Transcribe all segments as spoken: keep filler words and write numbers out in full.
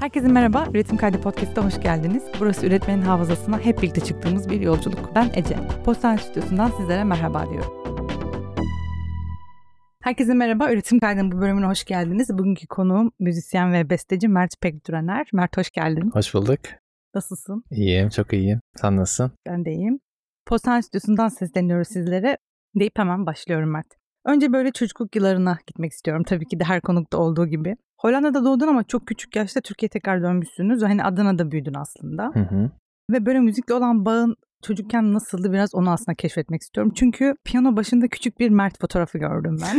Herkese merhaba, Üretim Kaydı Podcast'a hoş geldiniz. Burası üretmenin hafızasına hep birlikte çıktığımız bir yolculuk. Ben Ece. Postane Stüdyosu'ndan sizlere merhaba diyorum. Herkese merhaba, Üretim Kaydı'nın bu bölümüne hoş geldiniz. Bugünkü konuğum müzisyen ve besteci Mert Pekdürener. Mert hoş geldin. Hoş bulduk. Nasılsın? İyiyim, çok iyiyim. Sen nasılsın? Ben de iyiyim. Postane Stüdyosu'ndan sesleniyoruz sizlere deyip hemen başlıyorum Mert. Önce böyle çocukluk yıllarına gitmek istiyorum. Tabii ki de her konukta olduğu gibi. Hollanda'da doğdun ama çok küçük yaşta Türkiye'ye tekrar dönmüşsünüz. Hani Adana'da büyüdün aslında. Hı hı. Ve böyle müzikle olan bağın çocukken nasıldı, biraz onu aslında keşfetmek istiyorum. Çünkü piyano başında küçük bir Mert fotoğrafı gördüm ben.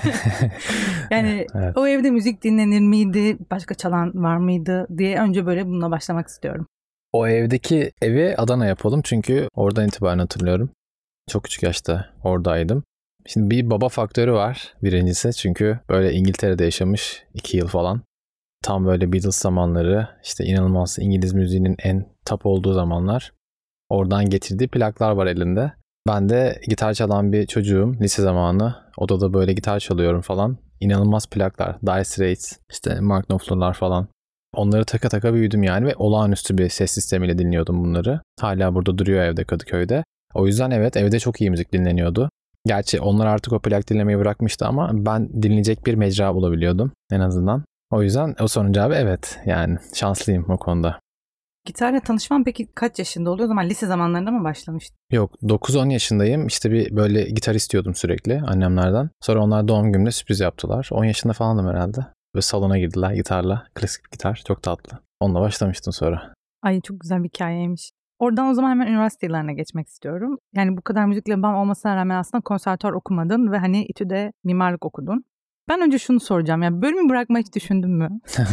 Yani evet. O evde müzik dinlenir miydi, başka çalan var mıydı diye önce böyle bununla başlamak istiyorum. O evdeki evi Adana yapalım çünkü oradan itibaren hatırlıyorum. Çok küçük yaşta oradaydım. Şimdi bir baba faktörü var birincisi, çünkü böyle İngiltere'de yaşamış iki yıl falan. Tam böyle Beatles zamanları, işte inanılmaz İngiliz müziğinin en top olduğu zamanlar. Oradan getirdiği plaklar var elinde. Ben de gitar çalan bir çocuğum lise zamanı. Odada böyle gitar çalıyorum falan. İnanılmaz plaklar. Dire Straits, işte Mark Knopfler'lar falan. Onları taka taka büyüdüm yani ve olağanüstü bir ses sistemiyle dinliyordum bunları. Hala burada duruyor evde, Kadıköy'de. O yüzden evet, evde çok iyi müzik dinleniyordu. Gerçi onlar artık o plak dinlemeyi bırakmıştı ama ben dinleyecek bir mecra bulabiliyordum en azından. O yüzden o sorunun cevabı evet. Yani şanslıyım o konuda. Gitarla tanışman peki kaç yaşında oluyor? O zaman lise zamanlarında mı başlamıştın? Yok, dokuz on yaşındayım. İşte bir böyle gitar istiyordum sürekli annemlerden. Sonra onlar doğum günümde sürpriz yaptılar. on yaşında falandım herhalde. Ve salona girdiler gitarla. Klasik bir gitar. Çok tatlı. Onunla başlamıştım sonra. Ay çok güzel bir hikayeymiş. Oradan o zaman hemen üniversite yıllarına geçmek istiyorum. Yani bu kadar müzikle bağım olmasına rağmen aslında konservatuvar okumadın ve hani İTÜ'de mimarlık okudun. Ben önce şunu soracağım. Yani bölümü bırakmayı hiç düşündün mü?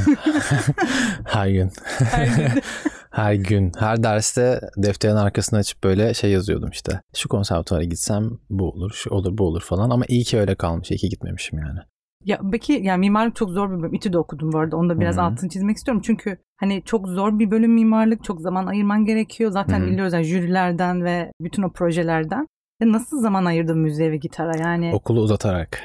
Her gün. Her gün. Her gün. Her derste defterin arkasına açıp böyle şey yazıyordum işte. Şu konservatuvara gitsem bu olur, şu olur, bu olur falan. Ama iyi ki öyle kalmış. İyi ki gitmemişim yani. Ya peki yani mimarlık çok zor bir bölüm. İTÜ'de okudum bu arada. Onu da biraz Hı-hı. altını çizmek istiyorum. Çünkü hani çok zor bir bölüm mimarlık. Çok zaman ayırman gerekiyor. Zaten Hı-hı. biliyoruz yani jürilerden ve bütün o projelerden. E nasıl zaman ayırdın müziğe ve gitara yani? Okulu uzatarak.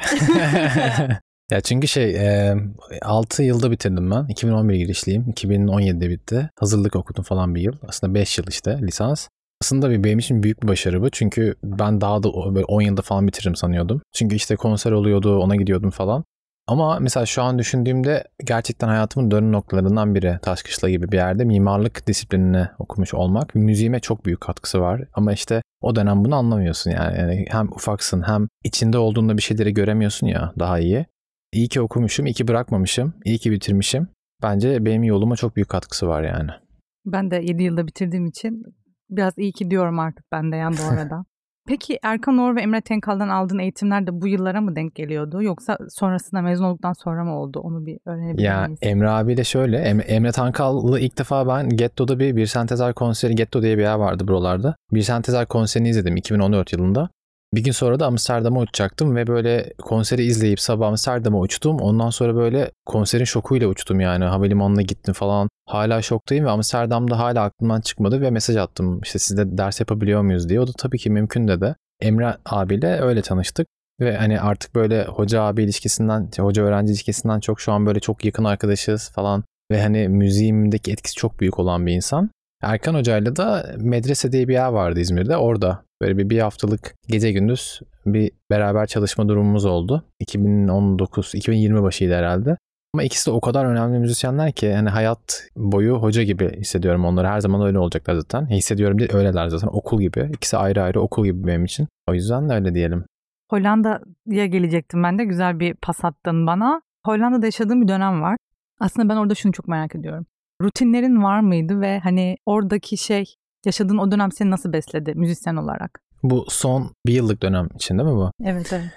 Ya çünkü şey e, altı yılda bitirdim ben. iki bin on bir girişliyim. iki bin on yedide bitti. Hazırlık okudum falan bir yıl. Aslında beş yıl işte lisans. Aslında bir benim için büyük bir başarı bu. Çünkü ben daha da böyle on yılda falan bitiririm sanıyordum. Çünkü işte konser oluyordu, ona gidiyordum falan. Ama mesela şu an düşündüğümde gerçekten hayatımın dönüm noktalarından biri Taşkışla gibi bir yerde mimarlık disiplinini okumuş olmak. Müziğime çok büyük katkısı var. Ama işte o dönem bunu anlamıyorsun yani. Yani hem ufaksın hem içinde olduğunda bir şeyleri göremiyorsun ya daha iyi. İyi ki okumuşum, iyi ki bırakmamışım, iyi ki bitirmişim. Bence benim yoluma çok büyük katkısı var yani. Ben de yedi yılda bitirdiğim için biraz iyi ki diyorum artık ben de yani bu arada. Peki Erkan Oğur ve Emre Tenkal'dan aldığın eğitimler de bu yıllara mı denk geliyordu? Yoksa sonrasında mezun olduktan sonra mı oldu? Onu bir öğrenebilir ya, miyiz? Emre abiyle şöyle. Em- Emre Tenkal'lı ilk defa ben Getto'da bir bir sentezer konseri, Getto diye bir yer vardı buralarda. Bir sentezer konserini izledim iki bin on dört yılında. Bir gün sonra da Amsterdam'a uçacaktım ve böyle konseri izleyip sabah Amsterdam'a uçtum. Ondan sonra böyle konserin şokuyla uçtum yani. Havalimanına gittim falan. Hala şoktayım ve Amsterdam'da hala aklımdan çıkmadı ve mesaj attım. İşte sizde ders yapabiliyor muyuz diye. O da tabii ki mümkün dedi. Emre abiyle öyle tanıştık. Ve hani artık böyle hoca abi ilişkisinden, hoca öğrenci ilişkisinden çok şu an böyle çok yakın arkadaşız falan. Ve hani müziğimdeki etkisi çok büyük olan bir insan. Erkan Hoca'yla da Medrese diye bir yer vardı İzmir'de. Orada böyle bir, bir haftalık gece gündüz bir beraber çalışma durumumuz oldu. iki bin on dokuz iki bin yirmi başıydı herhalde. Ama ikisi de o kadar önemli müzisyenler ki hani hayat boyu hoca gibi hissediyorum onları. Her zaman öyle olacaklar zaten. Hissediyorum değil, öyleler zaten. Okul gibi. İkisi ayrı ayrı okul gibi benim için. O yüzden de öyle diyelim. Hollanda'ya gelecektim ben de. Güzel bir pas attın bana. Hollanda'da yaşadığım bir dönem var. Aslında ben orada şunu çok merak ediyorum. Rutinlerin var mıydı ve hani oradaki şey, yaşadığın o dönem seni nasıl besledi müzisyen olarak? Bu son bir yıllık dönem için değil mi bu? Evet evet.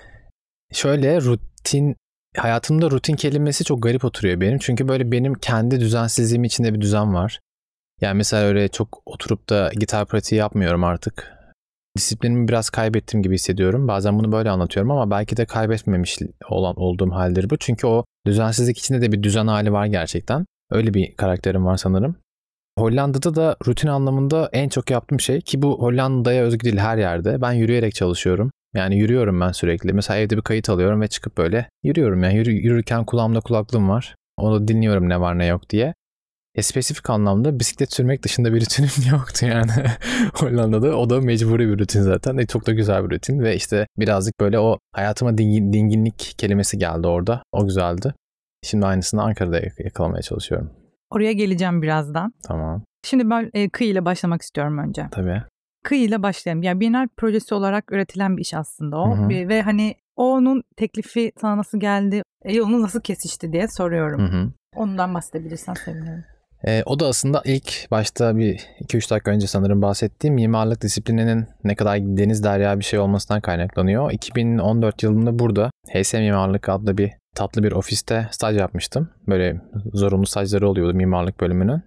Şöyle rutin, hayatımda rutin kelimesi çok garip oturuyor benim. Çünkü böyle benim kendi düzensizliğim içinde bir düzen var. Yani mesela öyle çok oturup da gitar pratiği yapmıyorum artık. Disiplinimi biraz kaybettiğim gibi hissediyorum. Bazen bunu böyle anlatıyorum ama belki de kaybetmemiş olan olduğum haldir bu. Çünkü o düzensizlik içinde de bir düzen hali var gerçekten. Öyle bir karakterim var sanırım. Hollanda'da da rutin anlamında en çok yaptığım şey, ki bu Hollanda'ya özgü değil, her yerde. Ben yürüyerek çalışıyorum. Yani yürüyorum ben sürekli. Mesela evde bir kayıt alıyorum ve çıkıp böyle yürüyorum. Yani yürü, yürürken kulağımda kulaklığım var. Onu dinliyorum ne var ne yok diye. E, spesifik anlamda bisiklet sürmek dışında bir rutinim yoktu yani Hollanda'da. O da mecburi bir rutin zaten. E, çok da güzel bir rutin ve işte birazcık böyle o hayatıma dingin, dinginlik kelimesi geldi orada. O güzeldi. Şimdi aynısını Ankara'da yakalamaya çalışıyorum. Oraya geleceğim birazdan. Tamam. Şimdi ben e, kıyı ile başlamak istiyorum önce. Tabii. Kıyı ile başlayalım. Yani Bienal projesi olarak üretilen bir iş aslında o. Hı hı. Ve hani onun teklifi sana nasıl geldi, e, yolunu nasıl kesişti diye soruyorum. Hı hı. Ondan bahsedebilirsen sevinirim. E, o da aslında ilk başta bir iki üç dakika önce sanırım bahsettiğim mimarlık disiplininin ne kadar deniz derya bir şey olmasından kaynaklanıyor. iki bin on dört yılında burada H S Mimarlık adlı bir tatlı bir ofiste staj yapmıştım. Böyle zorunlu stajları oluyordu mimarlık bölümünün.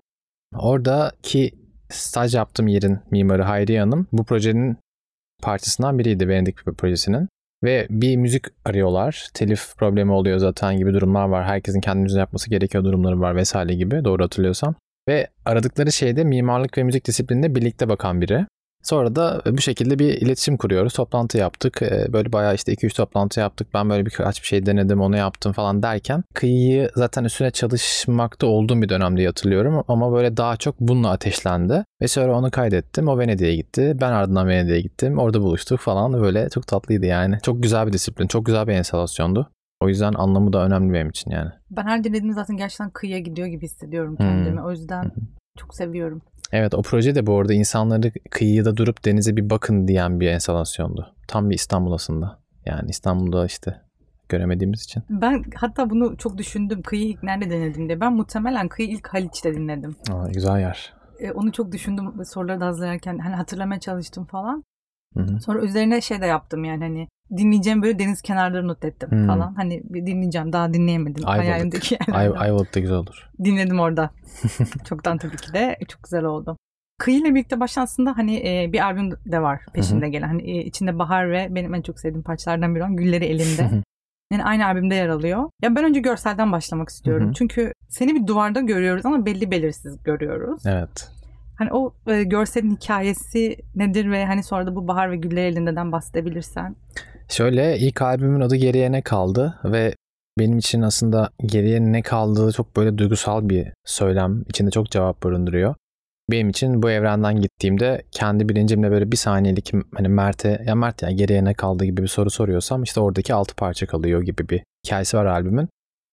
Oradaki staj yaptığım yerin mimarı Hayriye Hanım bu projenin parçasından biriydi, Venedik projesinin. Ve bir müzik arıyorlar. Telif problemi oluyor zaten gibi durumlar var. Herkesin kendi müziğini yapması gerekiyor durumları var vesaire gibi. Doğru hatırlıyorsam. Ve aradıkları şeyde mimarlık ve müzik disiplinine birlikte bakan biri. Sonra da bu şekilde bir iletişim kuruyoruz. Toplantı yaptık. Böyle bayağı işte iki üç toplantı yaptık. Ben böyle birkaç bir şey denedim, onu yaptım falan derken kıyıyı zaten üstüne çalışmakta olduğum bir dönem diye hatırlıyorum. Ama böyle daha çok bununla ateşlendi. Ve sonra onu kaydettim. O Venedik'e gitti. Ben ardından Venedik'e gittim. Orada buluştuk falan. Böyle çok tatlıydı yani. Çok güzel bir disiplin. Çok güzel bir enstalasyondu. O yüzden anlamı da önemli benim için yani. Ben her dinlediğimde zaten gerçekten kıyıya gidiyor gibi hissediyorum kendimi. Hmm. O yüzden hmm. çok seviyorum. Evet, o proje de bu arada insanları kıyıda durup denize bir bakın diyen bir enstalasyondu. Tam bir İstanbul aslında. Yani İstanbul'da işte göremediğimiz için. Ben hatta bunu çok düşündüm. Kıyı ilk nerede denedim diye. Ben muhtemelen kıyı ilk Haliç'te dinledim. Aa, güzel yer. Ee, onu çok düşündüm soruları da hazırlarken. Hani hatırlamaya çalıştım falan. Hı hı. Sonra üzerine şey de yaptım yani hani dinleyeceğim böyle deniz kenarları not ettim hmm. falan. Hani bir dinleyeceğim, daha dinleyemedim. Hayalimdeki yerlerden. Ay, Ayvalık'ta güzel olur. Dinledim orada. Çoktan tabii ki de çok güzel oldu. Kıyı ile birlikte başta aslında hani e, bir albüm de var peşinde gelen. Hani e, içinde bahar ve benim en çok sevdiğim parçalardan biri olan Gülleri Elinde. Yani aynı albümde yer alıyor. Ya ben önce görselden başlamak istiyorum. Hı-hı. Çünkü seni bir duvarda görüyoruz ama belli belirsiz görüyoruz. Evet. Hani o e, görselin hikayesi nedir ve hani sonra da bu Bahar ve Güller Elinde'den bahsedebilirsen. Şöyle, ilk albümün adı Geriye Ne Kaldı ve benim için aslında geriye ne kaldığı çok böyle duygusal bir söylem. İçinde çok cevap barındırıyor. Benim için bu evrenden gittiğimde kendi bilincimle böyle bir saniyelik hani Mert'e, ya Mert ya geriye ne kaldı gibi bir soru soruyorsam işte oradaki altı parça kalıyor gibi bir hikayesi var albümün.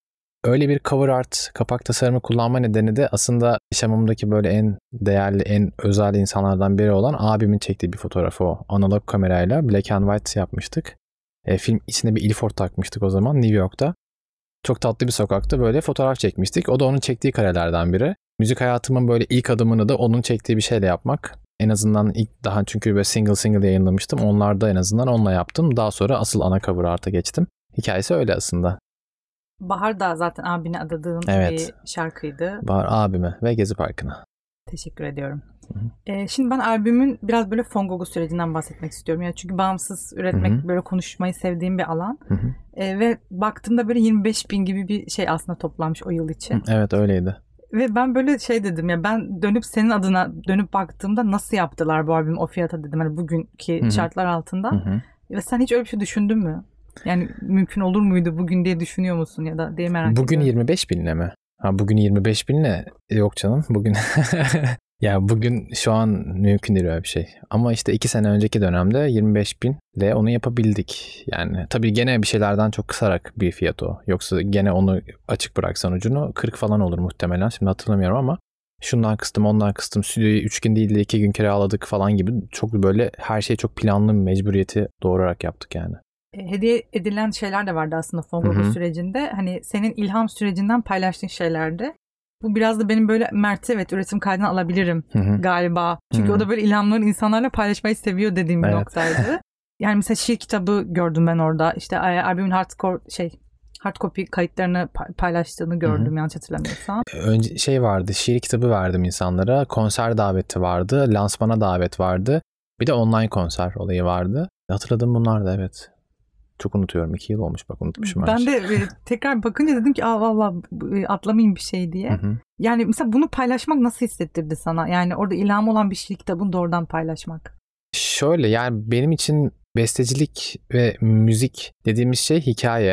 Öyle bir cover art, kapak tasarımı kullanma nedeni de aslında yaşamımdaki böyle en değerli, en özel insanlardan biri olan abimin çektiği bir fotoğrafı o. Analog kamerayla black and white yapmıştık. E, film içine bir Ilford takmıştık o zaman New York'ta. Çok tatlı bir sokakta böyle fotoğraf çekmiştik. O da onun çektiği karelerden biri. Müzik hayatımın böyle ilk adımını da onun çektiği bir şeyle yapmak. En azından ilk daha çünkü böyle single single yayınlamıştım. Onlarda en azından onunla yaptım. Daha sonra asıl ana cover art'a geçtim. Hikayesi öyle aslında. Bahar da zaten abine adadığın evet. bir şarkıydı. Bahar abime ve Gezi Parkı'na. Teşekkür ediyorum. Ee, şimdi ben albümün biraz böyle Fongogo sürecinden bahsetmek istiyorum. Yani çünkü bağımsız üretmek, Hı-hı. böyle konuşmayı sevdiğim bir alan. Ee, ve baktığımda böyle yirmi beş bin gibi bir şey aslında toplanmış o yıl için. Evet öyleydi. Ve ben böyle şey dedim ya, ben dönüp senin adına dönüp baktığımda nasıl yaptılar bu albümü o fiyata dedim. Hani bugünkü Hı-hı. şartlar altında. Hı-hı. Ve sen hiç öyle bir şey düşündün mü? Yani mümkün olur muydu bugün diye düşünüyor musun ya da diye merak bugün ediyorum. Bugün yirmi beş binle mi? Ha bugün yirmi beş binle yok canım bugün. Ya bugün şu an mümkün değil öyle bir şey. Ama işte iki sene önceki dönemde yirmi beş binle onu yapabildik. Yani tabii gene bir şeylerden çok kısarak bir fiyat o. Yoksa gene onu açık bıraksan ucunu kırk falan olur muhtemelen. Şimdi hatırlamıyorum ama şundan kıstım ondan kıstım. Stüdyoyu üç gün değil de iki gün kiraladık falan gibi çok böyle her şey çok planlı bir mecburiyeti doğurarak yaptık yani. Hediye edilen şeyler de vardı aslında Fongogo sürecinde. Hani senin ilham sürecinden paylaştığın şeylerdi. Bu biraz da benim böyle Mert'i evet üretim kaydına alabilirim Hı-hı. galiba. Çünkü Hı-hı. o da böyle ilhamlarını insanlarla paylaşmayı seviyor dediğim bir evet. noktaydı. Yani mesela şiir kitabı gördüm ben orada. İşte albümün hardcore şey hard copy kayıtlarını paylaştığını gördüm Hı-hı. yanlış hatırlamıyorsam. Önce şey vardı, şiir kitabı verdim insanlara. Konser daveti vardı, lansmana davet vardı. Bir de online konser olayı vardı. Hatırladım bunlar da evet. Çok unutuyorum. İki yıl olmuş bak unutmuşum. Ben de e, tekrar bakınca dedim ki aa valla atlamayayım bir şey diye. Hı hı. Yani mesela bunu paylaşmak nasıl hissettirdi sana? Yani orada ilham olan bir şiir kitabını doğrudan paylaşmak. Şöyle yani benim için bestecilik ve müzik dediğimiz şey hikaye.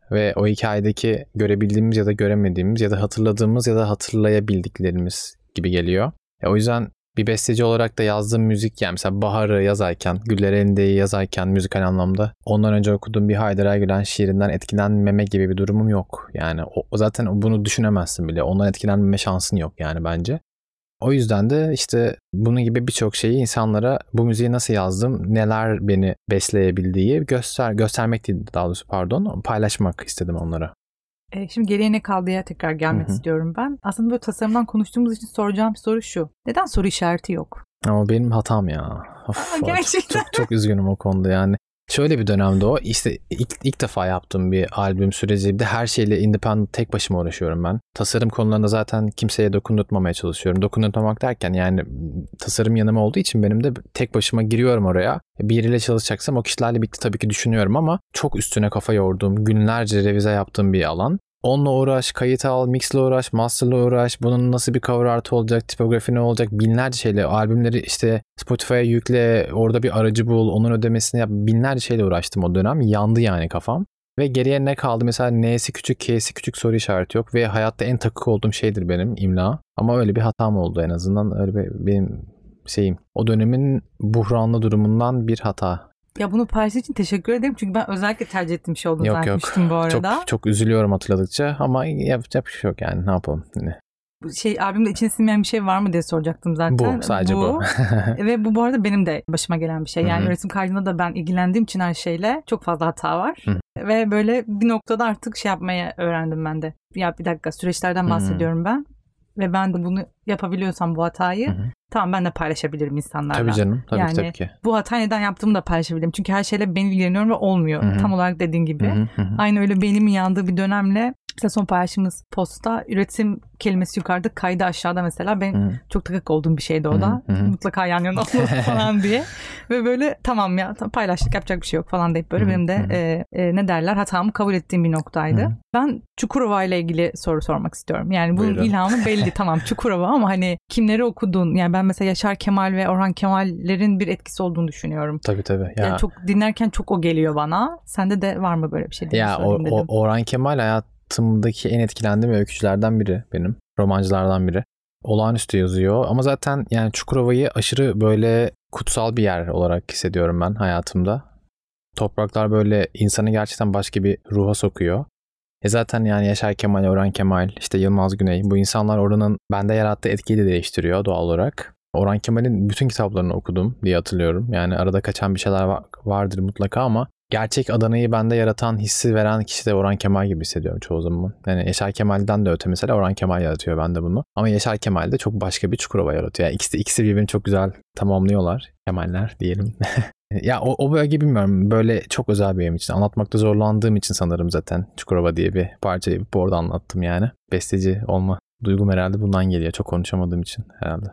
Ve o hikayedeki görebildiğimiz ya da göremediğimiz ya da hatırladığımız ya da hatırlayabildiklerimiz gibi geliyor. E o yüzden bir besteci olarak da yazdığım müzik, yani mesela Bahar'ı yazarken, Güller Elinde'yi yazarken müzikal anlamda ondan önce okuduğum bir Haydar Ergülen şiirinden etkilenmeme gibi bir durumum yok. Yani o, zaten bunu düşünemezsin bile. Ondan etkilenmeme şansın yok yani bence. O yüzden de işte bunun gibi birçok şeyi insanlara bu müziği nasıl yazdım, neler beni besleyebildiği göster göstermek değil daha doğrusu pardon, paylaşmak istedim onlara. E, şimdi geriye ne kaldıya tekrar gelmek Hı-hı. istiyorum ben. Aslında böyle tasarımdan konuştuğumuz için soracağım bir soru şu. Neden soru işareti yok? Ama benim hatam ya. Of, Aa, gerçekten. Çok, çok üzgünüm o konuda yani. Şöyle bir dönemde o işte ilk, ilk defa yaptığım bir albüm süreci. Bir de her şeyle independent tek başıma uğraşıyorum ben. Tasarım konularında zaten kimseye dokundurtmamaya çalışıyorum. Dokundurtmamak derken yani tasarım yanım olduğu için benim de tek başıma giriyorum oraya. Biriyle çalışacaksam o kişilerle birlikte tabii ki düşünüyorum ama çok üstüne kafa yorduğum, günlerce revize yaptığım bir alan. Onunla uğraş, kayıt al, mixle uğraş, masterla uğraş, bunun nasıl bir cover artı olacak, tipografi ne olacak, binlerce şeyle, albümleri işte Spotify'a yükle, orada bir aracı bul, onun ödemesini yap, binlerce şeyle uğraştım o dönem. Yandı yani kafam. Ve geriye ne kaldı? Mesela N'si küçük, K'si küçük soru işareti yok ve hayatta en takık olduğum şeydir benim imla. Ama öyle bir hatam oldu en azından, öyle bir benim şeyim. O dönemin buhranlı durumundan bir hata. Ya bunu paylaştığın için teşekkür ederim. Çünkü ben özellikle tercih ettiğim bir şey olduğunu zannetmiştim bu arada. Çok, çok üzülüyorum hatırladıkça ama yapacak bir şey yok yani, ne yapalım. Yine. Şey, albümde içine sinmeyen bir şey var mı diye soracaktım zaten. Bu sadece bu. bu. Ve bu bu arada benim de başıma gelen bir şey. Yani Hı-hı. üretim kaydında da ben ilgilendiğim için her şeyle çok fazla hata var. Hı-hı. Ve böyle bir noktada artık şey yapmaya öğrendim ben de. Ya bir dakika, süreçlerden bahsediyorum Hı-hı. ben. Ve ben de bunu yapabiliyorsam bu hatayı Hı-hı. tamam ben de paylaşabilirim insanlarla. Tabii canım. Tabii yani ki, tabii ki. Bu hatayı neden yaptığımı da paylaşabilirim. Çünkü her şeyle ben ilgileniyorum ve olmuyor. Hı-hı. Tam olarak dediğin gibi. Hı-hı. Aynı öyle beynimin yandığı bir dönemle mesela son paylaştığımız postta üretim kelimesi yukarıda, kaydı aşağıda mesela. Ben Hı-hı. çok takık olduğum bir şeydi o da. Hı-hı. Mutlaka yan yana olmalı falan diye. Ve böyle tamam ya tamam, paylaştık, yapacak bir şey yok falan deyip böyle Hı-hı. benim de e, e, ne derler hatamı kabul ettiğim bir noktaydı. Hı-hı. Ben Çukurova ile ilgili soru sormak istiyorum. Yani bunun Buyurun. ilhamı belli tamam Çukurova ama hani kimleri okudun? Yani ben mesela Yaşar Kemal ve Orhan Kemal'lerin bir etkisi olduğunu düşünüyorum. Tabii tabii. Ya. Yani çok dinlerken çok o geliyor bana. Sende de var mı böyle bir şey? Ya o, o, Orhan Kemal hayatımdaki en etkilendiğim öykücülerden biri benim. Romancılardan biri. Olağanüstü yazıyor ama zaten yani Çukurova'yı aşırı böyle kutsal bir yer olarak hissediyorum ben hayatımda. Topraklar böyle insanı gerçekten başka bir ruha sokuyor. E zaten yani Yaşar Kemal, Orhan Kemal, işte Yılmaz Güney, bu insanlar oranın bende yarattığı etkiyi de değiştiriyor doğal olarak. Orhan Kemal'in bütün kitaplarını okudum diye hatırlıyorum. Yani arada kaçan bir şeyler vardır mutlaka ama gerçek Adana'yı bende yaratan, hissi veren kişi de Orhan Kemal gibi hissediyorum çoğu zaman. Yani Yaşar Kemal'den de öte mesela Orhan Kemal yaratıyor bende bunu. Ama Yaşar Kemal de çok başka bir Çukurova yaratıyor. Yani ikisi, ikisi birbirini çok güzel tamamlıyorlar. Kemaller diyelim. Ya o, o bölge bilmiyorum, böyle çok özel benim için. Anlatmakta zorlandığım için sanırım zaten Çukurova diye bir parçayı bu orada anlattım yani. Besteci olma duygum herhalde bundan geliyor. Çok konuşamadığım için herhalde.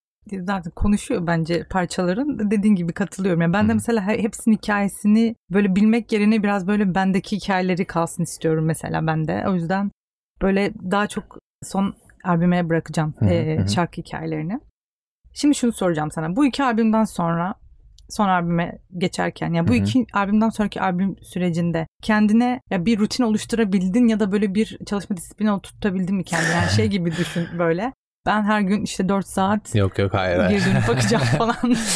Zaten konuşuyor bence parçaların. Dediğin gibi katılıyorum. Yani ben hmm. de mesela hepsinin hikayesini böyle bilmek yerine biraz böyle bendeki hikayeleri kalsın istiyorum mesela ben de. O yüzden böyle daha çok son albüme bırakacağım hmm. e, şarkı hikayelerini. Şimdi şunu soracağım sana. Bu iki albümden sonra son albüme geçerken ya bu Hı-hı. iki albümden sonraki albüm sürecinde kendine ya bir rutin oluşturabildin ya da böyle bir çalışma disiplini oturtabildin mi kendine? Yani şey gibi düşün böyle. Ben her gün işte dört saat yok yok hayır, geri dönüp bakacağım falan.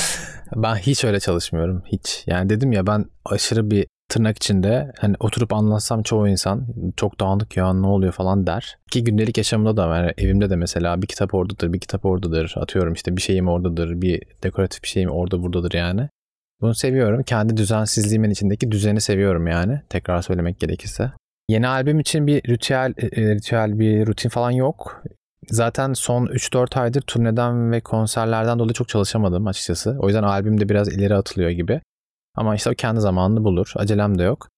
Ben hiç öyle çalışmıyorum. Hiç. Yani dedim ya, ben aşırı bir tırnak içinde hani oturup anlatsam çoğu insan çok dağınık ya ne oluyor falan der. Ki gündelik yaşamımda da yani evimde de mesela bir kitap oradadır, bir kitap oradadır. Atıyorum işte bir şeyim oradadır, bir dekoratif bir şeyim orada buradadır yani. Bunu seviyorum. Kendi düzensizliğimin içindeki düzeni seviyorum yani. Tekrar söylemek gerekirse. Yeni albüm için bir ritüel, ritüel bir rutin falan yok. Zaten son üç dört aydır turneden ve konserlerden dolayı çok çalışamadım açıkçası. O yüzden albüm de biraz ileri atılıyor gibi. Ama işte o kendi zamanını bulur. Acelem de yok.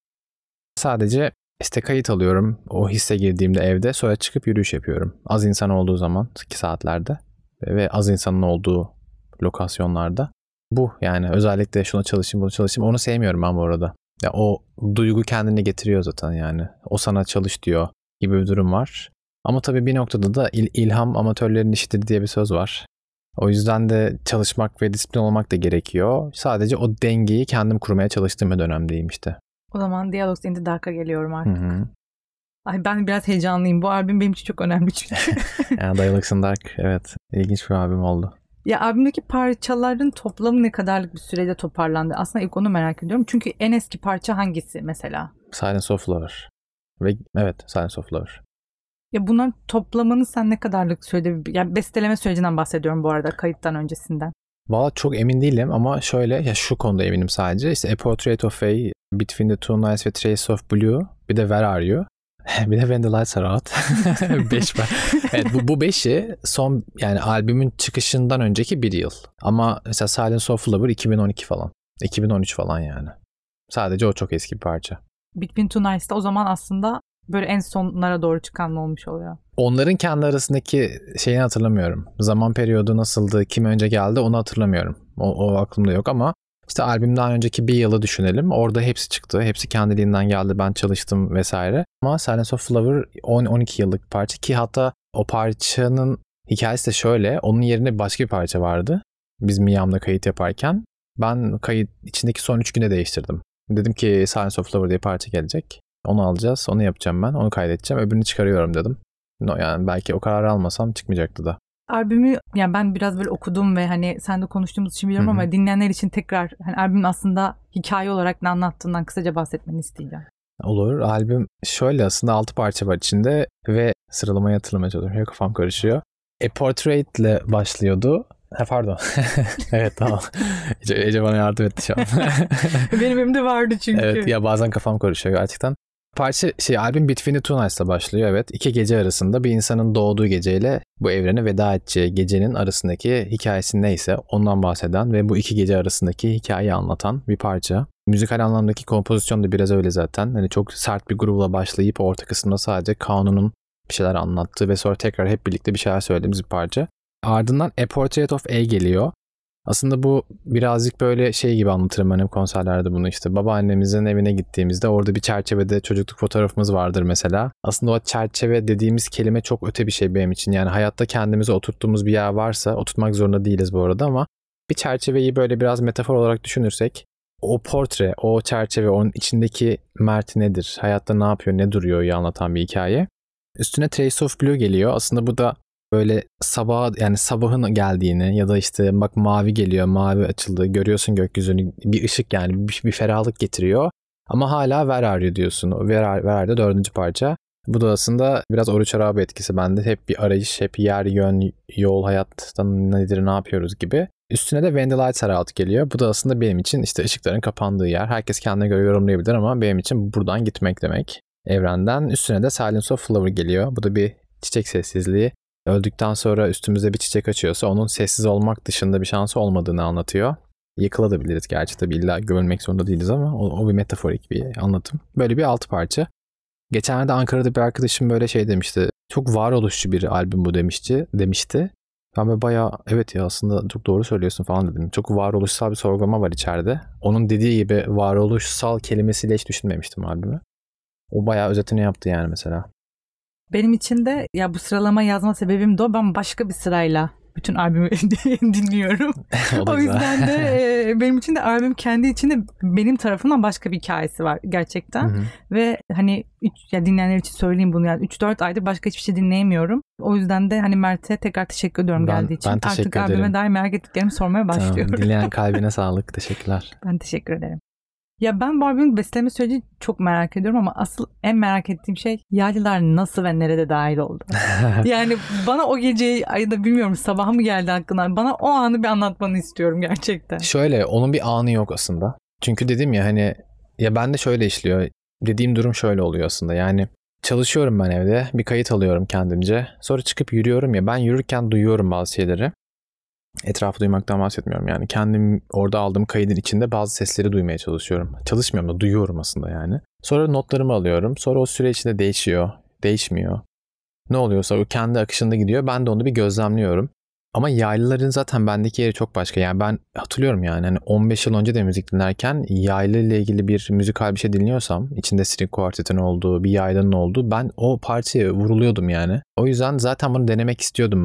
Sadece işte kayıt alıyorum. O hisse girdiğimde evde, sonra çıkıp yürüyüş yapıyorum. Az insan olduğu zaman iki saatlerde ve az insanın olduğu lokasyonlarda. Bu yani özellikle şuna çalışayım bunu çalışayım. Onu sevmiyorum ben bu arada. Ya o duygu kendini getiriyor zaten yani. O sana çalış diyor gibi bir durum var. Ama tabii bir noktada da il, ilham amatörlerin işidir diye bir söz var. O yüzden de çalışmak ve disiplin olmak da gerekiyor. Sadece o dengeyi kendim kurmaya çalıştığım bir dönemdeyim işte. O zaman Dialogues in the Dark'a geliyorum artık. Hı hı. Ay ben biraz heyecanlıyım. Bu albüm benim için çok önemli çünkü. Yani Dialogues in the Dark evet ilginç bir albüm oldu. Ya albümdeki parçaların toplamı ne kadarlık bir sürede toparlandı? Aslında ilk onu merak ediyorum. Çünkü en eski parça hangisi mesela? Silence of Lover. Ve evet Silence of Lover. Ya bunların toplamını sen ne kadarlık sürede, yani besteleme sürecinden bahsediyorum bu arada, kayıttan öncesinden. Valla çok emin değilim ama şöyle, ya şu konuda eminim sadece. İşte A Portrait of A, Between the Two Nights ve Trace of Blue, bir de Where Are You? Bir de When the Lights Are Out. Beş var. Evet, bu, bu beşi son, yani albümün çıkışından önceki bir yıl. Ama mesela Silence of Lover iki bin on iki falan. iki bin on üç falan yani. Sadece o çok eski bir parça. Between Two Nights'ta o zaman aslında böyle en sonlara doğru çıkan olmuş oluyor. Onların kendi arasındaki şeyini hatırlamıyorum. Zaman periyodu nasıldı, kim önce geldi onu hatırlamıyorum. O, o aklımda yok ama işte albümden önceki bir yılı düşünelim. Orada hepsi çıktı. Hepsi kendiliğinden geldi. Ben çalıştım vesaire. Ama Silence of Flower on on iki yıllık bir parça ki hatta o parçanın hikayesi de şöyle. Onun yerine başka bir parça vardı. Biz Miami'de kayıt yaparken. Ben kayıt içindeki son üç güne değiştirdim. Dedim ki Silence of Flower diye parça gelecek. Onu alacağız. Onu yapacağım ben. Onu kaydedeceğim. Öbürünü çıkarıyorum dedim. No, yani belki o kararı almasam çıkmayacaktı da. Albümü yani ben biraz böyle okudum ve hani sen de konuştuğumuz için biliyorum, Hı-hı. ama dinleyenler için tekrar hani albümün aslında hikaye olarak ne anlattığından kısaca bahsetmeni isteyeceğim. Olur. Albüm şöyle, aslında altı parça var içinde ve sıralamayı hatırlamaya çalışıyorum. Kafam karışıyor. A Portrait ile başlıyordu. Ha, pardon. Evet tamam. Ece, Ece bana yardım etti şu an. Benim elimde vardı çünkü. Evet ya, bazen kafam karışıyor gerçekten. Parça şey albüm Between the Two Nights'la başlıyor, evet. İki gece arasında bir insanın doğduğu geceyle bu evrene veda edeceği gecenin arasındaki hikayesi neyse ondan bahseden ve bu iki gece arasındaki hikayeyi anlatan bir parça. Müzikal anlamdaki kompozisyon da biraz öyle zaten. Hani çok sert bir grubla başlayıp orta kısımda sadece Kanu'nun bir şeyler anlattığı ve sonra tekrar hep birlikte bir şeyler söylediğimiz bir parça. Ardından A Portrait of A geliyor. Aslında bu birazcık böyle şey gibi anlatırım ben hep konserlerde bunu, işte babaannemizin evine gittiğimizde orada bir çerçevede çocukluk fotoğrafımız vardır mesela. Aslında o çerçeve dediğimiz kelime çok öte bir şey benim için. Yani hayatta kendimizi oturttuğumuz bir yer varsa, oturtmak zorunda değiliz bu arada ama bir çerçeveyi böyle biraz metafor olarak düşünürsek o portre, o çerçeve, onun içindeki Mert nedir, hayatta ne yapıyor, ne duruyor ya anlatan bir hikaye. Üstüne Trace of Blue geliyor. Aslında bu da böyle sabah, yani sabahın geldiğini ya da işte bak mavi geliyor, mavi açıldı, görüyorsun gökyüzünü, bir ışık, yani bir, bir ferahlık getiriyor. Ama hala Where Are You diyorsun. Where Are, Where Are'de dördüncü parça. Bu da aslında biraz Oruç Arabi etkisi bende. Hep bir arayış, hep yer, yön, yol, hayattan nedir, ne yapıyoruz gibi. Üstüne de When the Lights Are Out geliyor. Bu da aslında benim için işte ışıkların kapandığı yer. Herkes kendine göre yorumlayabilir ama benim için buradan gitmek demek evrenden. Üstüne de Silence of Flower geliyor. Bu da bir çiçek sessizliği. Öldükten sonra üstümüzde bir çiçek açıyorsa onun sessiz olmak dışında bir şansı olmadığını anlatıyor. Yıkılabiliriz gerçi, tabii illa gömülmek zorunda değiliz ama o, o bir metaforik bir anlatım. Böyle bir altı parça. Geçenlerde Ankara'da bir arkadaşım böyle şey demişti. Çok varoluşçu bir albüm bu demişti. demişti. Ben böyle bayağı evet ya aslında çok doğru söylüyorsun falan dedim. Çok varoluşsal bir sorgulama var içeride. Onun dediği gibi varoluşsal kelimesiyle hiç düşünmemiştim albümü. O bayağı özetini yaptı yani mesela. Benim için de ya bu sıralama yazma sebebim de o. Ben başka bir sırayla bütün albümü dinliyorum. o, o yüzden de e, benim için de albüm kendi içinde benim tarafımdan başka bir hikayesi var gerçekten. Hı hı. Ve hani üç, ya dinleyenler için söyleyeyim bunu, yani üç dört aydır başka hiçbir şey dinleyemiyorum. O yüzden de hani Mert'e tekrar teşekkür ediyorum ben, geldiği için. Ben teşekkür Artık ederim. albüme dair merak ettiklerimi sormaya başlıyorum. Tamam, dinleyen kalbine sağlık. Teşekkürler. Ben teşekkür ederim. Ya ben bu albümün besteleme süreci çok merak ediyorum ama asıl en merak ettiğim şey Yaylılar nasıl ve nerede dahil oldu? Yani bana o geceyi, ay da bilmiyorum sabaha mı geldi aklına, bana o anı bir anlatmanı istiyorum gerçekten. Şöyle, onun bir anı yok aslında. Çünkü dedim ya hani, ya ben de şöyle işliyor. Dediğim durum şöyle oluyor aslında, yani çalışıyorum ben evde, bir kayıt alıyorum kendimce. Sonra çıkıp yürüyorum ya, ben yürürken duyuyorum bazı şeyleri. Etrafı duymaktan bahsetmiyorum yani. Kendim orada aldığım kaydın içinde bazı sesleri duymaya çalışıyorum. Çalışmıyorum da duyuyorum aslında yani. Sonra notlarımı alıyorum. Sonra o süre içinde değişiyor, değişmiyor. Ne oluyorsa o kendi akışında gidiyor. Ben de onu bir gözlemliyorum. Ama Yaylıların zaten bendeki yeri çok başka. Yani ben hatırlıyorum yani hani on beş yıl önce de müzik dinlerken Yaylı ile ilgili bir müzikal bir şey dinliyorsam, içinde string kuartetin olduğu, bir yaylının olduğu, ben o parçaya vuruluyordum yani. O yüzden zaten bunu denemek istiyordum ben.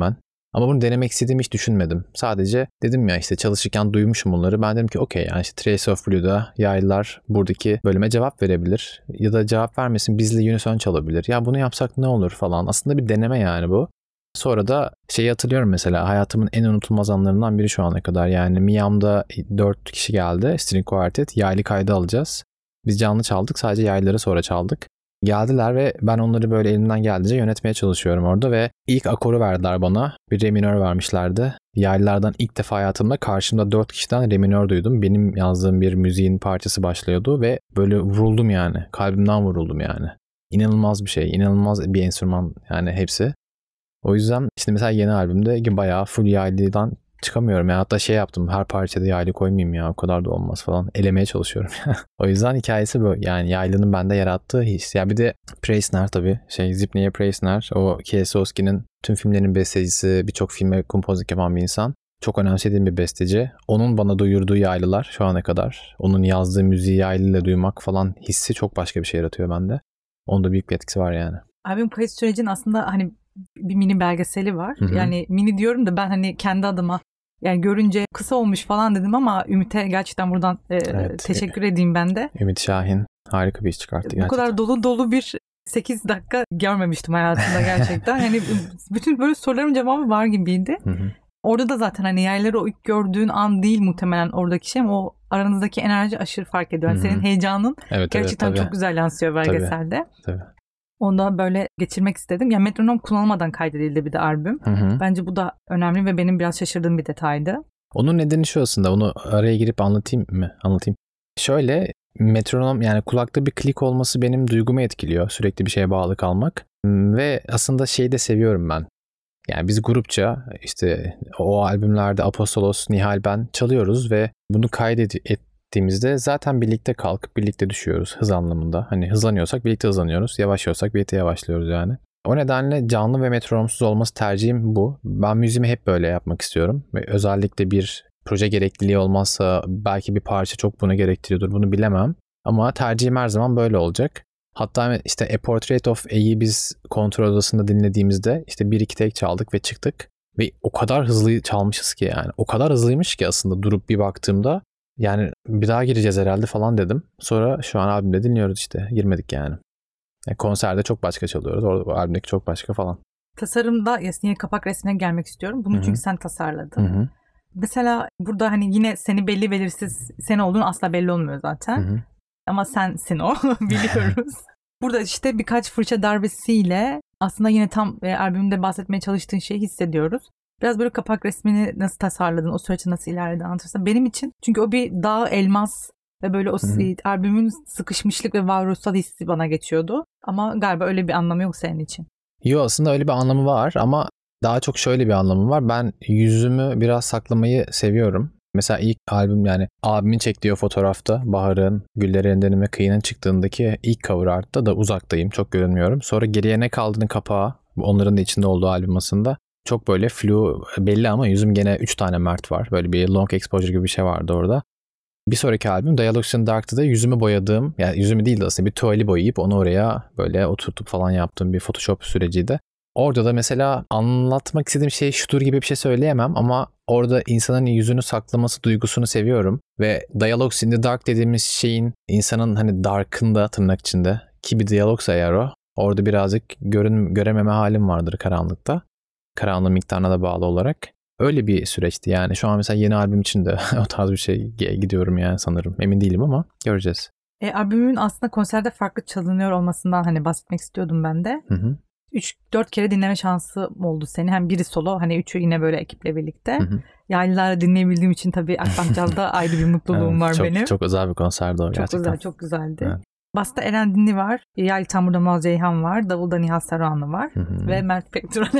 Ama bunu denemek istediğimi hiç düşünmedim. Sadece dedim ya işte çalışırken duymuşum bunları. Ben dedim ki okey yani işte Trace of Blue'da yaylılar buradaki bölüme cevap verebilir. Ya da cevap vermesin bizle unison çalabilir. Ya bunu yapsak ne olur falan. Aslında bir deneme yani bu. Sonra da şeyi hatırlıyorum mesela hayatımın en unutulmaz anlarından biri şu ana kadar. Yani Miami'da dört kişi geldi. String Quartet. Yaylı kaydı alacağız. Biz canlı çaldık. Sadece yayları sonra çaldık. Geldiler ve ben onları böyle elimden geldiğince yönetmeye çalışıyorum orada ve ilk akoru verdiler bana. Bir re minör vermişlerdi. Yaylılardan ilk defa hayatımda karşımda dört kişiden re minör duydum. Benim yazdığım bir müziğin parçası başlıyordu ve böyle vuruldum yani. Kalbimden vuruldum yani. İnanılmaz bir şey. İnanılmaz bir enstrüman yani hepsi. O yüzden işte mesela yeni albümde bayağı full yaylıdan çıkamıyorum ya. Hatta şey yaptım. Her parçada yaylı koymayayım ya. O kadar da olmaz falan. Elemeye çalışıyorum. O yüzden hikayesi bu. Yani yaylının bende yarattığı his. Ya bir de Preissner tabii. Şey Zbigniew Preissner. O Kieslowski'nin tüm filmlerinin bestecisi. Birçok filme kompozitlik yapan bir insan. Çok önemsediğim bir besteci. Onun bana duyurduğu yaylılar şu ana kadar. Onun yazdığı müziği yaylıyla duymak falan hissi çok başka bir şey yaratıyor bende. Onda büyük bir etkisi var yani. Albüm kayıt sürecinin aslında hani bir mini belgeseli var. Hı-hı. Yani mini diyorum da ben hani kendi adıma yani görünce kısa olmuş falan dedim ama Ümit'e gerçekten buradan e, evet, teşekkür edeyim ben de. Ümit Şahin harika bir iş çıkarttı gerçekten. Bu kadar dolu dolu bir sekiz dakika görmemiştim hayatımda gerçekten. Yani bütün böyle soruların cevabı var gibiydi. Hı-hı. Orada da zaten hani yayları o ilk gördüğün an değil muhtemelen oradaki şey ama o aranızdaki enerji aşırı fark ediyor. Yani senin heyecanın evet, gerçekten evet, çok güzel yansıyor belgeselde. Tabii. Tabii. Onu böyle geçirmek istedim. Ya metronom kullanılmadan kaydedildi bir de albüm. Hı hı. Bence bu da önemli ve benim biraz şaşırdığım bir detaydı. Onun nedeni şu aslında. Onu araya girip anlatayım mı? Anlatayım. Şöyle metronom yani kulakta bir klik olması benim duygumu etkiliyor. Sürekli bir şeye bağlı kalmak. Ve aslında şeyi de seviyorum ben. Yani biz grupça işte o albümlerde Apostolos, Nihal ben çalıyoruz ve bunu kaydettiğimizde zaten birlikte kalkıp birlikte düşüyoruz hız anlamında. Hani hızlanıyorsak birlikte hızlanıyoruz, yavaşlıyorsak birlikte yavaşlıyoruz yani. O nedenle canlı ve metronomsuz olması tercihim bu. Ben müziğimi hep böyle yapmak istiyorum ve özellikle bir proje gerekliliği olmazsa belki bir parça çok bunu gerektiriyordur, bunu bilemem. Ama tercihim her zaman böyle olacak. Hatta işte A Portrait of A'yı biz kontrol odasında dinlediğimizde işte bir iki tek çaldık ve çıktık. Ve o kadar hızlı çalmışız ki yani. O kadar hızlıymış ki aslında durup bir baktığımda yani bir daha gireceğiz herhalde falan dedim. Sonra şu an albümde dinliyoruz işte. Girmedik yani. yani konserde çok başka çalıyoruz. Orada albümdeki çok başka falan. Tasarımda yine kapak resmine gelmek istiyorum. Bunu Hı-hı. çünkü sen tasarladın. Hı-hı. Mesela burada hani yine seni belli belirsiz sen olduğun asla belli olmuyor zaten. Hı-hı. Ama sensin o biliyoruz. Burada işte birkaç fırça darbesiyle aslında yine tam e, albümde bahsetmeye çalıştığın şeyi hissediyoruz. Biraz böyle kapak resmini nasıl tasarladın, o süreçte nasıl ilerledi anlatırsan. Benim için çünkü o bir dağ elmas ve böyle o Hı-hı. albümün sıkışmışlık ve varoluşsal hissi bana geçiyordu. Ama galiba öyle bir anlamı yok senin için. Yok aslında öyle bir anlamı var ama daha çok şöyle bir anlamı var. Ben yüzümü biraz saklamayı seviyorum. Mesela ilk albüm yani abimin çektiği o fotoğrafta Bahar'ın, Gülleren'in ve Kıyı'nın çıktığındaki ilk cover art'ta da uzaktayım. Çok görünmüyorum. Sonra geriye ne kaldığını kapağı onların da içinde olduğu albüm aslında çok böyle flu belli ama yüzüm gene üç tane Mert var. Böyle bir long exposure gibi bir şey vardı orada. Bir sonraki albüm Dialogues in Dark'ta da yüzümü boyadığım yani yüzümü değil de aslında bir tuvali boyayıp onu oraya böyle oturtup falan yaptığım bir Photoshop süreciydi. Orada da mesela anlatmak istediğim şey şudur gibi bir şey söyleyemem ama orada insanın yüzünü saklaması duygusunu seviyorum. Ve Dialogues in the Dark dediğimiz şeyin insanın hani dark'ında tırnak içinde ki bir diyalogsa eğer o orada birazcık görün, görememe halim vardır karanlıkta. Karanlığın miktarına da bağlı olarak. Öyle bir süreçti yani. Şu an mesela yeni albüm için de o tarz bir şey gidiyorum yani sanırım. Emin değilim ama göreceğiz. E, albümün aslında konserde farklı çalınıyor olmasından hani bahsetmek istiyordum ben de. Hı hı. üç dört kere dinleme şansı oldu seni. Hem biri solo hani üçü yine böyle ekiple birlikte. Hı hı. Yaylılarla dinleyebildiğim için tabii Akbankcal'da ayrı bir mutluluğum evet, var çok, benim. Çok özel bir konserdi o çok gerçekten. Çok güzel, çok güzeldi. Evet. Basta Eren Dinli var. Yaylı Tambur'da Muaz Ceyhan var. Davulda Nihal Saruhanlı var. Hı hı. Ve Mert Pekturan.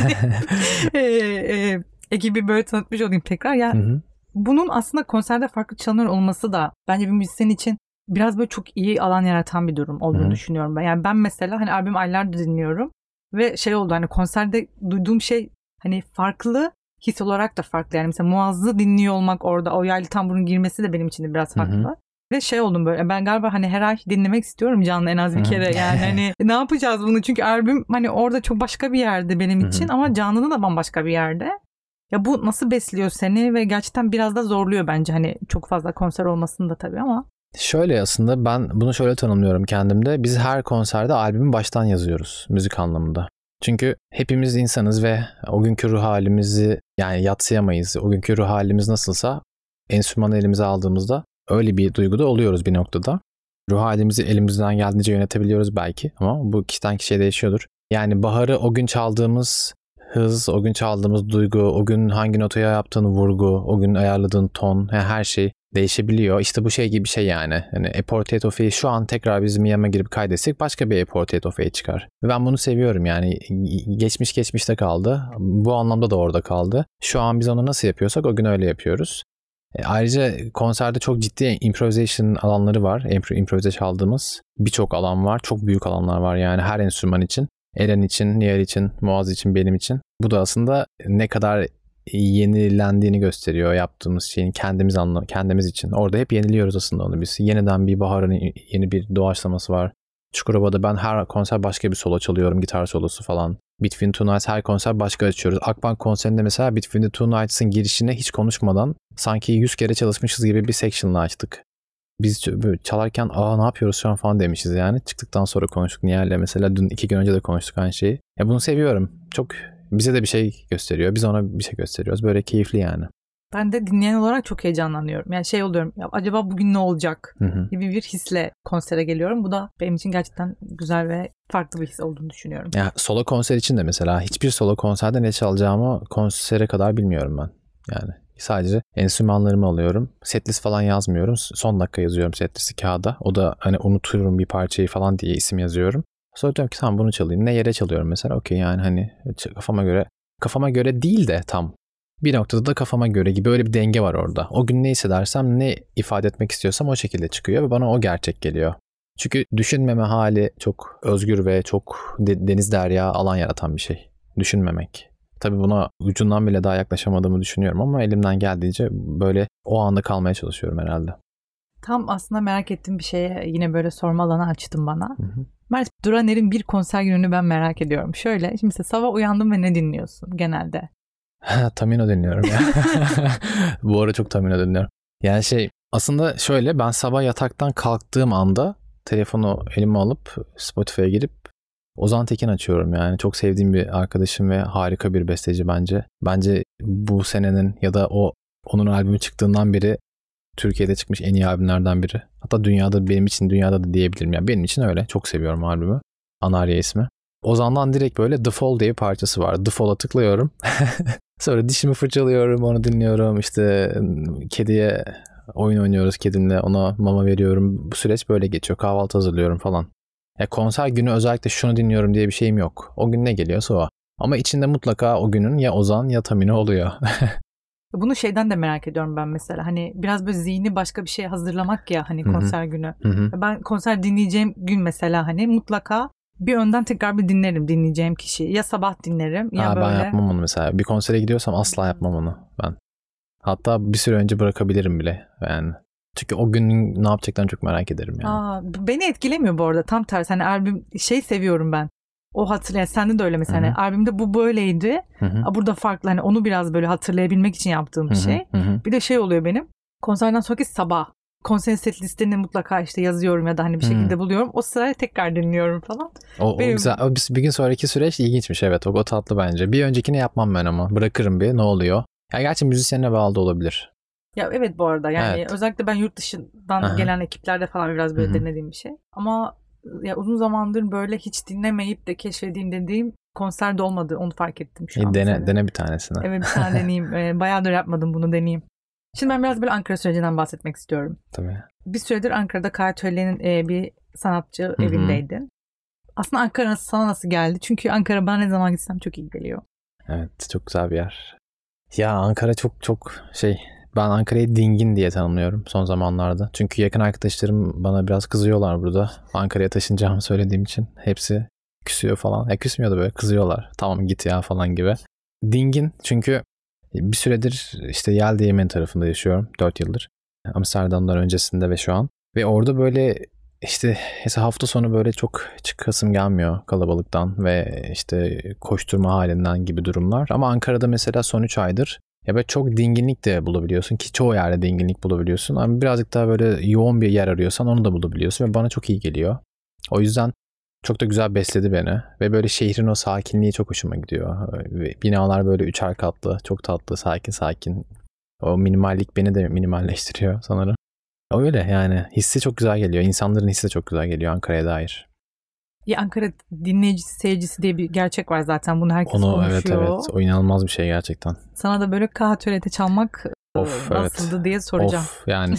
e, e, ekibi böyle tanıtmış olayım tekrar. Ya hı hı. Bunun aslında konserde farklı çalınıyor olması da bence bir müzisyen için biraz böyle çok iyi alan yaratan bir durum olduğunu hı hı. düşünüyorum ben. Yani ben mesela hani albüm aylardır dinliyorum. Ve şey oldu hani konserde duyduğum şey hani farklı his olarak da farklı. Yani mesela Muaz'ı dinliyor olmak orada o yaylı tamburun girmesi de benim için de biraz farklı. Hı hı. Ve şey oldum böyle, ben galiba hani her ay dinlemek istiyorum canlı en az bir kere yani hani ne yapacağız bunu, çünkü albüm hani orada çok başka bir yerde benim için ama canlıda da bambaşka bir yerde. Ya bu nasıl besliyor seni ve gerçekten biraz da zorluyor bence hani çok fazla konser olmasını da tabii ama. Şöyle aslında ben bunu şöyle tanımlıyorum kendimde. Biz her konserde albümü baştan yazıyoruz müzik anlamında. Çünkü hepimiz insanız ve o günkü ruh halimizi yani yadsıyamayız. O günkü ruh halimiz nasılsa enstrümanı elimize aldığımızda öyle bir duyguda oluyoruz bir noktada. Ruh halimizi elimizden geldiğince yönetebiliyoruz belki ama bu kişiden kişiye değişiyordur. Yani Bahar'ı o gün çaldığımız hız, o gün çaldığımız duygu, o gün hangi notaya yaptığın vurgu, o gün ayarladığın ton, her şey değişebiliyor. İşte bu şey gibi bir şey yani. Yani A Portrait of A şu an tekrar bizim Miami'ye girip kaydetsek başka bir A Portrait of A çıkar. Ve ben bunu seviyorum yani. Geçmiş geçmişte kaldı. Bu anlamda da orada kaldı. Şu an biz onu nasıl yapıyorsak o gün öyle yapıyoruz. E, ayrıca konserde çok ciddi improvisation alanları var. Improvize çaldığımız birçok alan var. Çok büyük alanlar var yani her enstrüman için. Eren için, Nihal için, Muaz için, benim için. Bu da aslında ne kadar yenilendiğini gösteriyor yaptığımız şeyin kendimiz anla kendimiz için. Orada hep yeniliyoruz aslında onu biz. Yeniden bir Bahar'ın yeni bir doğaçlaması var. Çukurova'da ben her konser başka bir solo çalıyorum. Gitar solosu falan. Between Two Nights her konser başka açıyoruz. Akbank konserinde mesela Between the Two Nights'ın girişine hiç konuşmadan sanki yüz kere çalışmışız gibi bir section'la açtık. Biz çalarken aa ne yapıyoruz şu an falan demişiz yani. Çıktıktan sonra konuştuk Nihal'le mesela. Dün iki gün önce de konuştuk aynı şeyi. Ya bunu seviyorum. Çok bize de bir şey gösteriyor. Biz ona bir şey gösteriyoruz. Böyle keyifli yani. Ben de dinleyen olarak çok heyecanlanıyorum. Yani şey oluyorum. Ya acaba bugün ne olacak hı hı. gibi bir hisle konsere geliyorum. Bu da benim için gerçekten güzel ve farklı bir his olduğunu düşünüyorum. Ya solo konser için de mesela hiçbir solo konserde ne çalacağımı konsere kadar bilmiyorum ben. Yani sadece enstrümanlarımı alıyorum. Setlist falan yazmıyorum. Son dakika yazıyorum setlisti kağıda. O da hani unutuyorum bir parçayı falan diye isim yazıyorum. Sonra diyorum ki tamam bunu çalayım. Ne yere çalıyorum mesela? Okey yani hani kafama göre kafama göre değil de tam bir noktada da kafama göre gibi öyle bir denge var orada. O gün ne hissedersem ne ifade etmek istiyorsam o şekilde çıkıyor ve bana o gerçek geliyor. Çünkü düşünmeme hali çok özgür ve çok de- deniz derya alan yaratan bir şey. Düşünmemek. Tabii buna ucundan bile daha yaklaşamadığımı düşünüyorum ama elimden geldiğince böyle o anda kalmaya çalışıyorum herhalde. Tam aslında merak ettiğim bir şeye yine böyle sorma alanı açtın bana. Hı hı. Mert, Duraner'in bir konser gününü ben merak ediyorum. Şöyle, şimdi mesela sabah uyandın ve ne dinliyorsun genelde? Tamino dinliyorum ya. Bu ara çok Tamino dinliyorum. Yani şey aslında şöyle ben sabah yataktan kalktığım anda telefonu elime alıp Spotify'a girip Ozan Tekin açıyorum yani. Çok sevdiğim bir arkadaşım ve harika bir besteci bence. Bence bu senenin ya da o onun albümü çıktığından beri Türkiye'de çıkmış en iyi albümlerden biri. Hatta dünyada benim için dünyada da diyebilirim. Yani benim için öyle. Çok seviyorum albümü. Anarya ismi. Ozan'dan direkt böyle The Fall diye bir parçası var. The Fall'a tıklıyorum. Sonra dişimi fırçalıyorum, onu dinliyorum. İşte kediye oyun oynuyoruz kedimle. Ona mama veriyorum. Bu süreç böyle geçiyor. Kahvaltı hazırlıyorum falan. Ya konser günü özellikle şunu dinliyorum diye bir şeyim yok. O gün ne geliyorsa o. Ama içinde mutlaka o günün ya Ozan ya Tamino oluyor. Bunu şeyden de merak ediyorum ben mesela. Hani biraz böyle zihni başka bir şeye hazırlamak ya hani konser Hı-hı. günü. Hı-hı. Ben konser dinleyeceğim gün mesela hani mutlaka bir önden tekrar bir dinlerim dinleyeceğim kişiyi. Ya sabah dinlerim ya Aa, böyle. Ben yapmam onu mesela. Bir konsere gidiyorsam asla yapmam onu ben. Hatta bir süre önce bırakabilirim bile yani. Çünkü o gün ne yapacaklarını çok merak ederim yani. Aa, beni etkilemiyor bu arada. Tam tersi. Hani albüm şey seviyorum ben. O hatırlayan. Sende de öyle mesela. Hani albümde bu böyleydi. Aa, burada farklı. Hani onu biraz böyle hatırlayabilmek için yaptığım bir şey. Hı hı. Bir de şey oluyor benim. Konserden sonraki sabah. Konserin set listelerini mutlaka işte yazıyorum ya da hani bir şekilde hmm. buluyorum. O sırayı tekrar dinliyorum falan. O, o güzel. O bir gün sonraki süreç ilginçmiş evet. O, o tatlı bence. Bir öncekini yapmam ben ama. Bırakırım bir ne oluyor. Ya gerçi müzisyenine bağlı da olabilir. Ya evet bu arada yani evet. Özellikle ben yurt dışından Aha. gelen ekiplerde falan biraz böyle Hı-hı. denediğim bir şey. Ama ya uzun zamandır böyle hiç dinlemeyip de keşfedeyim dediğim konserde olmadı. Onu fark ettim şu e, an. Dene, mesela. dene bir tanesini. Evet bir tane deneyeyim. Ee, bayağıdır yapmadım bunu deneyeyim. Şimdi ben biraz böyle Ankara sürecinden bahsetmek istiyorum. Tabii. Bir süredir Ankara'da K T L'nin e, bir sanatçı Hı-hı. evindeydin. Aslında Ankara sana nasıl geldi? Çünkü Ankara bana ne zaman gitsem çok iyi geliyor. Evet çok güzel bir yer. Ya Ankara çok çok şey... Ben Ankara'yı dingin diye tanımlıyorum son zamanlarda. Çünkü yakın arkadaşlarım bana biraz kızıyorlar burada. Ankara'ya taşınacağımı söylediğim için. Hepsi küsüyor falan. Ya küsmüyor da böyle kızıyorlar. Tamam git ya falan gibi. Dingin çünkü bir süredir işte Yel Değirmeni tarafında yaşıyorum. dört yıldır. Amsterdam'dan öncesinde ve şu an. Ve orada böyle işte hafta sonu böyle çok çıkasım gelmiyor kalabalıktan ve işte koşturma halinden gibi durumlar. Ama Ankara'da mesela son üç aydır ya böyle çok dinginlik de bulabiliyorsun ki çoğu yerde dinginlik bulabiliyorsun. Ama birazcık daha böyle yoğun bir yer arıyorsan onu da bulabiliyorsun ve bana çok iyi geliyor. O yüzden çok da güzel besledi beni ve böyle şehrin o sakinliği çok hoşuma gidiyor. Ve binalar böyle üçer katlı, çok tatlı, sakin sakin. O minimallik beni de minimalleştiriyor sanırım. Öyle yani hissi çok güzel geliyor. İnsanların hissi de çok güzel geliyor Ankara'ya dair. Ya Ankara dinleyicisi, seyircisi diye bir gerçek var zaten. Bunu herkes Onu, konuşuyor. Evet evet. O inanılmaz bir şey gerçekten. Sana da böyle K T R'de çalmak of, nasıldı evet. diye soracağım. Of yani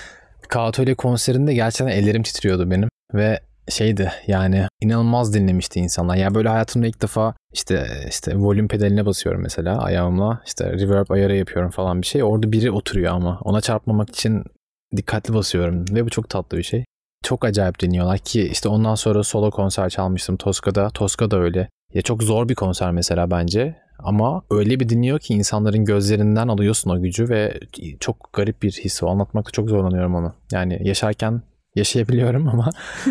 K T R konserinde gerçekten ellerim titriyordu benim. Ve şeydi yani inanılmaz dinlemişti insanlar. Yani böyle hayatımda ilk defa işte işte volüm pedaline basıyorum mesela ayağımla. İşte reverb ayarı yapıyorum falan bir şey. Orada biri oturuyor ama ona çarpmamak için dikkatli basıyorum ve bu çok tatlı bir şey. Çok acayip dinliyorlar ki işte ondan sonra solo konser çalmıştım Toska'da. Toska da öyle. Ya çok zor bir konser mesela bence ama öyle bir dinliyor ki insanların gözlerinden alıyorsun o gücü ve çok garip bir his o. Anlatmakta çok zorlanıyorum onu. Yani yaşarken yaşayabiliyorum ama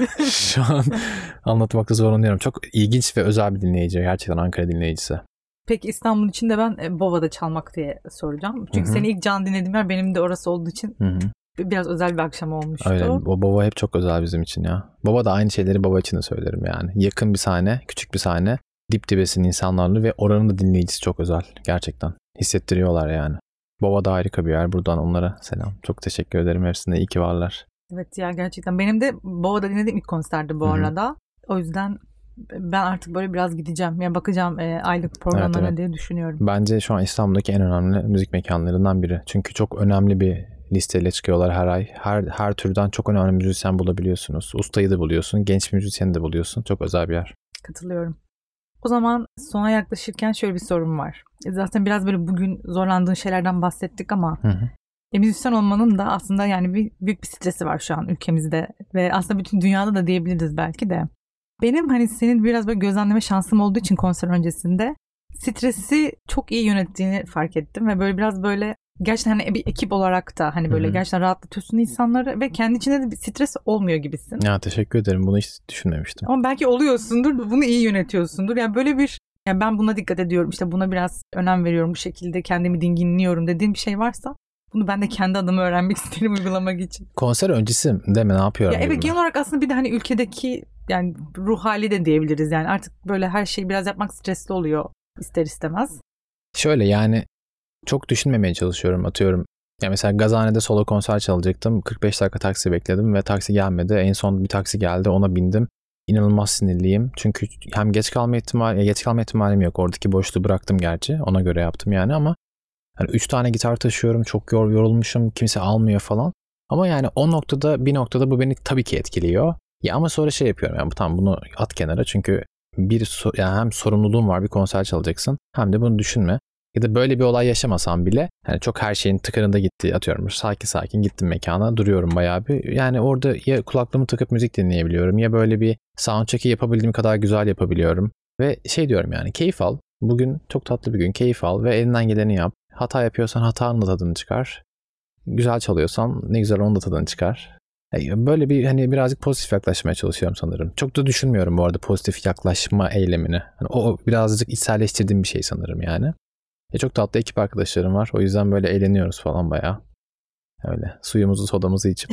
şu an anlatmakta zorlanıyorum. Çok ilginç ve özel bir dinleyici. Gerçekten Ankara dinleyicisi. Peki İstanbul için de ben Bova'da çalmak diye soracağım. Çünkü Hı-hı. seni ilk canlı dinlediğim yer benim de orası olduğu için Hı-hı. biraz özel bir akşam olmuştu. Öyle. O Bova hep çok özel bizim için ya. Bova da aynı şeyleri Bova için de söylerim yani. Yakın bir sahne, küçük bir sahne, dip dibesin insanlarla ve oranın da dinleyicisi çok özel. Gerçekten. Hissettiriyorlar yani. Bova da harika bir yer. Buradan onlara selam. Çok teşekkür ederim. Hepsine iyi ki varlar. Evet ya gerçekten. Benim de Bova'da dinlediğim ilk konserdi bu Hı-hı. arada. O yüzden ben artık böyle biraz gideceğim. Yani bakacağım e, aylık programlara evet, evet. diye düşünüyorum. Bence şu an İstanbul'daki en önemli müzik mekanlarından biri. Çünkü çok önemli bir listeyle çıkıyorlar her ay. Her her türden çok önemli müzisyen bulabiliyorsunuz. Ustayı da buluyorsun. Genç müzisyeni de buluyorsun. Çok özel bir yer. Katılıyorum. O zaman sona yaklaşırken şöyle bir sorum var. Zaten biraz böyle bugün zorlandığın şeylerden bahsettik ama hı hı. E, müzisyen olmanın da aslında yani bir büyük bir stresi var şu an ülkemizde ve aslında bütün dünyada da diyebiliriz belki de. Benim hani senin biraz böyle gözlemleme şansım olduğu için konser öncesinde stresi çok iyi yönettiğini fark ettim ve böyle biraz böyle gerçekten hani bir ekip olarak da hani böyle Hı-hı. gerçekten rahatlatıyorsun insanları ve kendi içinde de bir stres olmuyor gibisin. Ya teşekkür ederim. Bunu hiç düşünmemiştim. Ama belki oluyorsundur. Bunu iyi yönetiyorsundur. Yani böyle bir yani ben buna dikkat ediyorum. İşte buna biraz önem veriyorum. Bu şekilde kendimi dinginliyorum dediğim bir şey varsa bunu ben de kendi adıma öğrenmek isterim uygulamak için. Konser öncesi değil mi? Ne yapıyorum? Ya evet genel olarak aslında bir de hani ülkedeki yani ruh hali de diyebiliriz. Yani artık böyle her şeyi biraz yapmak stresli oluyor ister istemez. Şöyle yani çok düşünmemeye çalışıyorum atıyorum. Ya mesela Gazhane'de solo konser çalacaktım. kırk beş dakika taksi bekledim ve taksi gelmedi. En son bir taksi geldi, ona bindim. İnanılmaz sinirliyim. Çünkü hem geç kalma ihtimali, geç kalma ihtimalim yok. Oradaki boşluğu bıraktım gerçi. Ona göre yaptım yani ama hani üç tane gitar taşıyorum. Çok yor, yorulmuşum. Kimse almıyor falan. Ama yani o noktada bir noktada bu beni tabii ki etkiliyor. Ya ama sonra şey yapıyorum. Yani tamam bunu at kenara çünkü bir yani hem sorumluluğum var, bir konser çalacaksın. Hem de bunu düşünme. Ya da böyle bir olay yaşamasam bile yani çok her şeyin tıkırında gitti atıyorum. Sakin sakin gittim mekana, duruyorum bayağı bir. Yani orada ya kulaklığımı takıp müzik dinleyebiliyorum ya böyle bir soundcheck'i yapabildiğim kadar güzel yapabiliyorum. Ve şey diyorum yani keyif al. Bugün çok tatlı bir gün, keyif al ve elinden geleni yap. Hata yapıyorsan hatanın da tadını çıkar. Güzel çalıyorsan ne güzel onun da tadını çıkar. Böyle bir hani birazcık pozitif yaklaşmaya çalışıyorum sanırım. Çok da düşünmüyorum bu arada pozitif yaklaşma eylemini. Hani o birazcık içselleştirdiğim bir şey sanırım yani. E çok tatlı ekip arkadaşlarım var. O yüzden böyle eğleniyoruz falan bayağı. Öyle suyumuzu sodamızı içip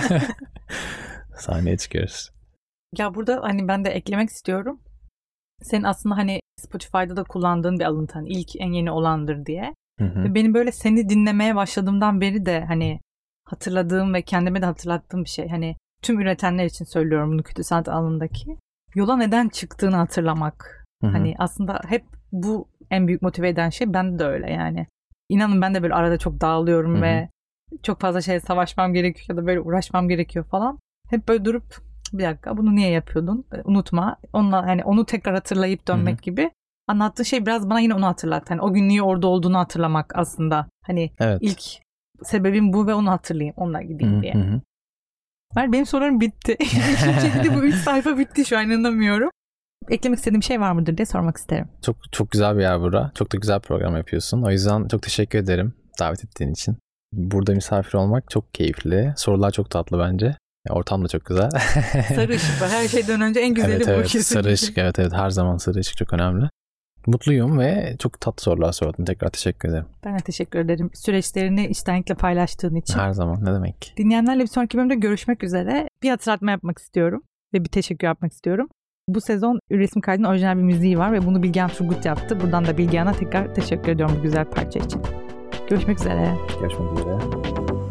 sahneye çıkıyoruz. Ya burada hani ben de eklemek istiyorum. Senin aslında hani Spotify'da da kullandığın bir alıntı. Hani ilk en yeni olandır diye. Hı hı. Ve benim böyle seni dinlemeye başladığımdan beri de hani hatırladığım ve kendime de hatırlattığım bir şey. Hani tüm üretenler için söylüyorum bunu kötü sanat alanındaki. Yola neden çıktığını hatırlamak. Hı hı. Hani aslında hep bu en büyük motive eden şey. Ben de öyle yani. İnanın ben de böyle arada çok dağılıyorum Hı-hı. ve çok fazla şeye savaşmam gerekiyor ya da böyle uğraşmam gerekiyor falan. Hep böyle durup bir dakika bunu niye yapıyordun? Unutma. Onunla hani onu tekrar hatırlayıp dönmek Hı-hı. gibi. Anlattığı şey biraz bana yine onu hatırlattı. Hani o gün niye orada olduğunu hatırlamak aslında. Hani evet. ilk sebebim bu ve onu hatırlayayım. Onunla gideyim Hı-hı. diye. Hı-hı. Benim sorularım bitti. Şimdi bu üç sayfa bitti şu an inanamıyorum. Eklemek istediğim bir şey var mıdır diye sormak isterim. Çok çok güzel bir yer bura. Çok da güzel program yapıyorsun. O yüzden çok teşekkür ederim davet ettiğin için. Burada misafir olmak çok keyifli. Sorular çok tatlı bence. Ortam da çok güzel. Sarı ışık var. Her şeyden önce en güzeli evet, bu. Evet Kesinlikle. Sarı ışık, evet evet her zaman sarı ışık çok önemli. Mutluyum ve çok tatlı sorular sordun. Tekrar teşekkür ederim. Ben de teşekkür ederim. Süreçlerini içtenlikle paylaştığın için. Her zaman, ne demek. Dinleyenlerle bir sonraki bölümde görüşmek üzere. Bir hatırlatma yapmak istiyorum ve bir teşekkür yapmak istiyorum. Bu sezon Üretim Kaydı'nın orijinal bir müziği var ve bunu Bilgehan Turgut yaptı. Buradan da Bilgehan'a tekrar teşekkür ediyorum bu güzel parça için. Görüşmek üzere. Görüşmek üzere.